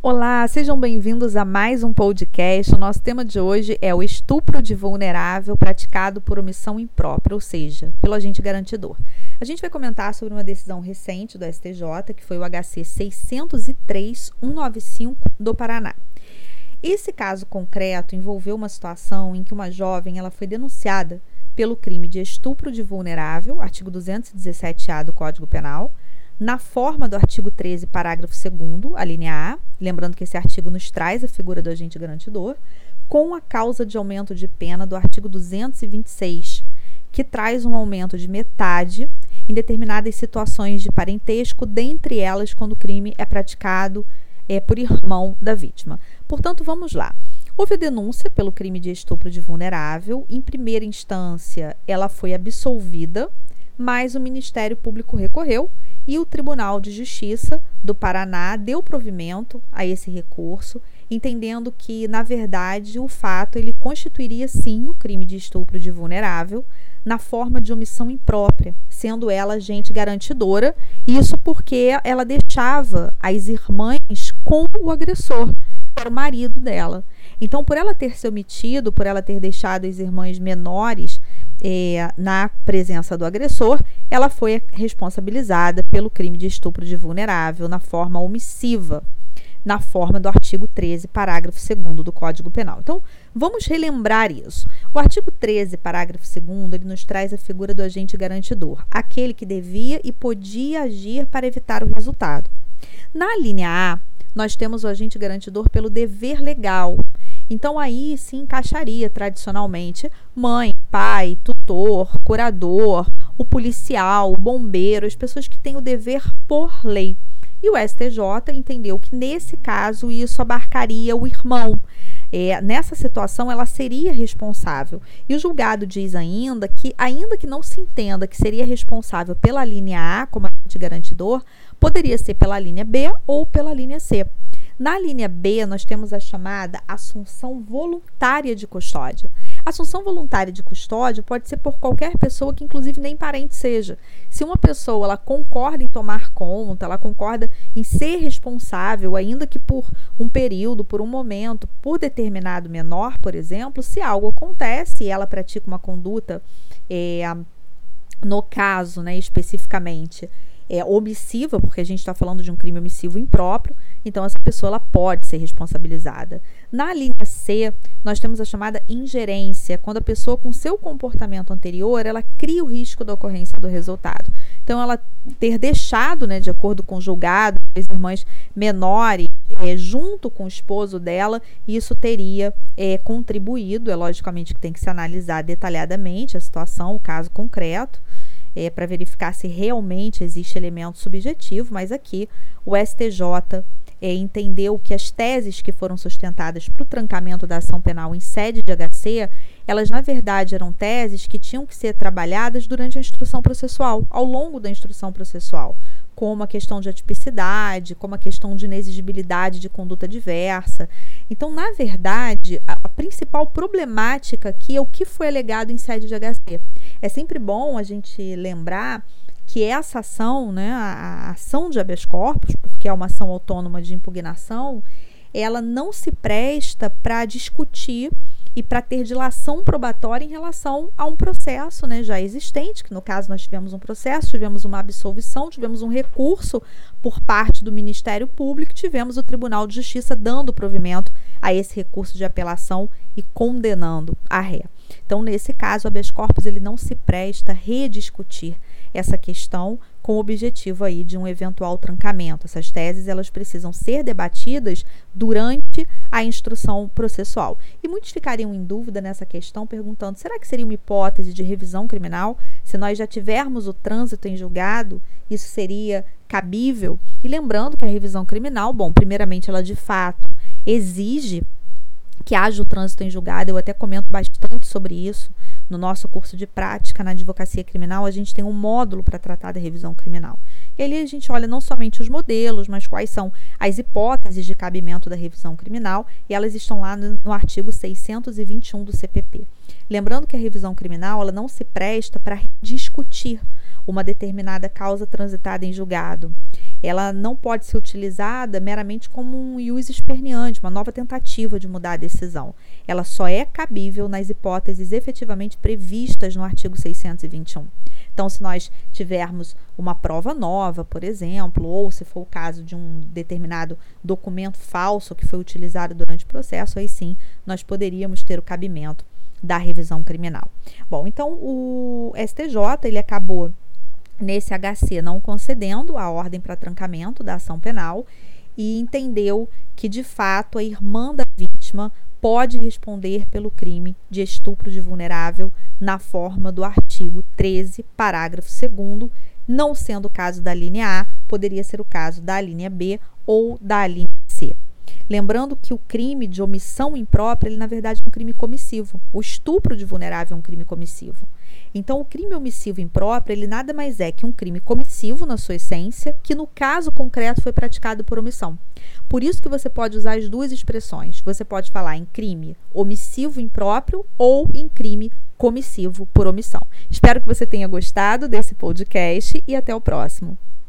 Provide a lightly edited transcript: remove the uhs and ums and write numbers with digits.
Olá, sejam bem-vindos a mais um podcast. O nosso tema de hoje é o estupro de vulnerável praticado por omissão imprópria, ou seja, pelo agente garantidor. A gente vai comentar sobre uma decisão recente do STJ, que foi o HC 603-195 do Paraná. Esse caso concreto envolveu uma situação em que uma jovem ela foi denunciada pelo crime de estupro de vulnerável, artigo 217-A do Código Penal, na forma do artigo 13, parágrafo 2º, a linha A, lembrando que esse artigo nos traz a figura do agente garantidor, com a causa de aumento de pena do artigo 226, que traz um aumento de metade em determinadas situações de parentesco, dentre elas quando o crime é praticado por irmão da vítima. Portanto, vamos lá. Houve a denúncia pelo crime de estupro de vulnerável. Em primeira instância, ela foi absolvida, mas o Ministério Público recorreu e o Tribunal de Justiça do Paraná deu provimento a esse recurso, entendendo que, na verdade, o fato ele constituiria sim o crime de estupro de vulnerável na forma de omissão imprópria, sendo ela agente garantidora, isso porque ela deixava as irmãs com o agressor, que era o marido dela. Então, por ela ter se omitido, por ela ter deixado as irmãs menores na presença do agressor, ela foi responsabilizada pelo crime de estupro de vulnerável na forma omissiva, na forma do artigo 13, parágrafo 2º do Código Penal. Então, vamos relembrar isso. O artigo 13, parágrafo 2º, ele nos traz a figura do agente garantidor, aquele que devia e podia agir para evitar o resultado. Na linha A, nós temos o agente garantidor pelo dever legal. Então, aí se encaixaria tradicionalmente mãe, pai, tutor, curador, o policial, o bombeiro, as pessoas que têm o dever por lei. E o STJ entendeu que, nesse caso, isso abarcaria o irmão. Nessa situação, ela seria responsável. E o julgado diz ainda que não se entenda que seria responsável pela linha A, como agente garantidor, poderia ser pela linha B ou pela linha C. Na linha B, nós temos a chamada assunção voluntária de custódia. A assunção voluntária de custódia pode ser por qualquer pessoa que, inclusive, nem parente seja. Se uma pessoa ela concorda em tomar conta, ela concorda em ser responsável, ainda que por um período, por um momento, por determinado menor, por exemplo, se algo acontece e ela pratica uma conduta, no caso, especificamente, omissiva, porque a gente está falando de um crime omissivo impróprio, então essa pessoa ela pode ser responsabilizada. Na linha C, nós temos a chamada ingerência, quando a pessoa com seu comportamento anterior, ela cria o risco da ocorrência do resultado. Então, ela ter deixado, de acordo com o julgado, as irmãs menores, junto com o esposo dela, isso teria contribuído, logicamente que tem que se analisar detalhadamente a situação, o caso concreto, para verificar se realmente existe elemento subjetivo, mas aqui o STJ entendeu que as teses que foram sustentadas para o trancamento da ação penal em sede de HC, elas na verdade eram teses que tinham que ser trabalhadas durante a instrução processual, ao longo da instrução processual, como a questão de atipicidade, como a questão de inexigibilidade de conduta diversa. Então, na verdade, a principal problemática aqui é o que foi alegado em sede de HC. É sempre bom a gente lembrar que essa ação, a ação de habeas corpus, porque é uma ação autônoma de impugnação, ela não se presta para discutir e para ter dilação probatória em relação a um processo já existente, que no caso nós tivemos um processo, tivemos uma absolvição, tivemos um recurso por parte do Ministério Público, tivemos o Tribunal de Justiça dando provimento a esse recurso de apelação e condenando a ré. Então, nesse caso, o habeas corpus ele não se presta a rediscutir essa questão com o objetivo aí de um eventual trancamento. Essas teses elas precisam ser debatidas durante a instrução processual. E muitos ficariam em dúvida nessa questão, perguntando, será que seria uma hipótese de revisão criminal? Se nós já tivermos o trânsito em julgado, isso seria cabível? E lembrando que a revisão criminal, primeiramente ela de fato exige que haja o trânsito em julgado, eu até comento bastante sobre isso. No nosso curso de prática na advocacia criminal, a gente tem um módulo para tratar da revisão criminal. E ali a gente olha não somente os modelos, mas quais são as hipóteses de cabimento da revisão criminal, e elas estão lá no artigo 621 do CPP. Lembrando que a revisão criminal ela não se presta para discutir uma determinada causa transitada em julgado. Ela não pode ser utilizada meramente como um ius esperneante, uma nova tentativa de mudar a decisão. Ela só é cabível nas hipóteses efetivamente previstas no artigo 621. Então, se nós tivermos uma prova nova, por exemplo, ou se for o caso de um determinado documento falso que foi utilizado durante o processo, aí sim nós poderíamos ter o cabimento da revisão criminal. Bom, então o STJ ele acabou nesse HC não concedendo a ordem para trancamento da ação penal e entendeu que, de fato, a irmã da vítima pode responder pelo crime de estupro de vulnerável na forma do artigo 13, parágrafo 2º, não sendo o caso da linha A, poderia ser o caso da linha B ou da linha C. Lembrando que o crime de omissão imprópria, ele na verdade é um crime comissivo. O estupro de vulnerável é um crime comissivo. Então, o crime omissivo impróprio, ele nada mais é que um crime comissivo na sua essência, que no caso concreto foi praticado por omissão. Por isso que você pode usar as duas expressões. Você pode falar em crime omissivo impróprio ou em crime comissivo por omissão. Espero que você tenha gostado desse podcast e até o próximo.